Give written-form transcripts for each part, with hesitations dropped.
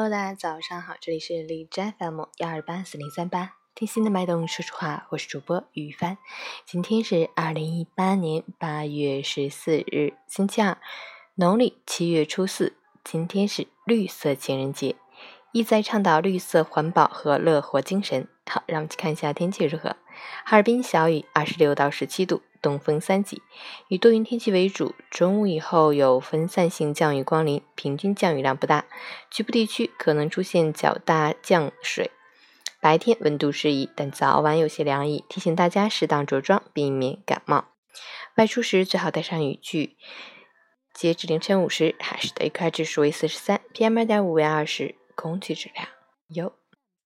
Hello， 大家早上好，这里是荔枝 FM1284038，听心的脉动，说实话，我是主播于帆。今天是2018年8月14日，星期二，农历7月初4。今天是绿色情人节，意在倡导绿色环保和乐活精神。好，让我们去看一下天气如何。哈尔滨小雨，26到17度，东风3级，以多云天气为主，中午以后有分散性降雨光临，平均降雨量不大，局部地区可能出现较大降水。白天温度适宜，但早晚有些凉意，提醒大家适当着装，避免感冒。外出时最好带上雨具。截至凌晨5时，海市的 AQI 指数为43 ，PM2.5 为20，空气质量优。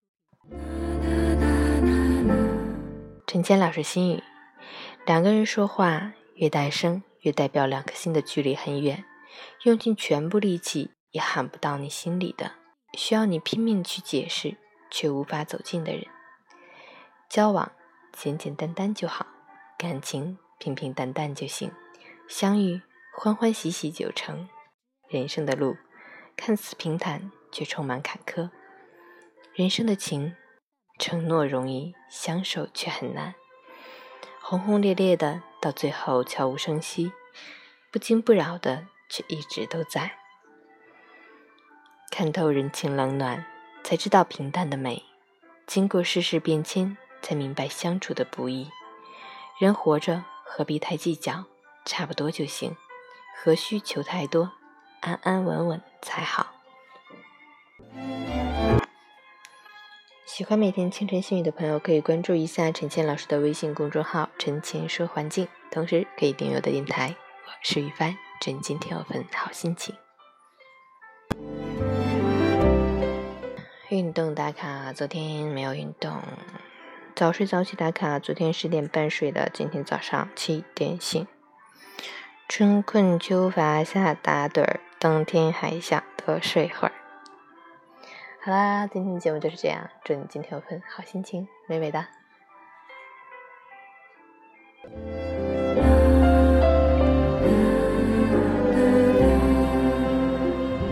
陈谦老师心语：两个人说话越大声，越代表两颗心的距离很远，用尽全部力气也喊不到你心里的，需要你拼命去解释却无法走近的人。交往简简单单就好，感情平平淡淡就行，相遇欢欢喜喜就成。人生的路看似平坦，却充满坎坷。人生的情，承诺容易，相守却很难。轰轰烈烈的，到最后悄无声息；不惊不扰的，却一直都在。看透人情冷暖，才知道平淡的美；经过世事变迁，才明白相处的不易。人活着，何必太计较？差不多就行，何须求太多？安安稳稳才好。喜欢每天清晨心语的朋友，可以关注一下陈倩老师的微信公众号陈倩说环境，同时可以订阅我的电台。我是于帆，祝你今天有份好心情。运动打卡，昨天没有运动。早睡早起打卡，昨天10点半睡的，今天早上7点醒。春困秋乏夏打盹儿，冬天还想多睡会儿。好啦，今天的节目就是这样，祝你今天有份好心情，美美的。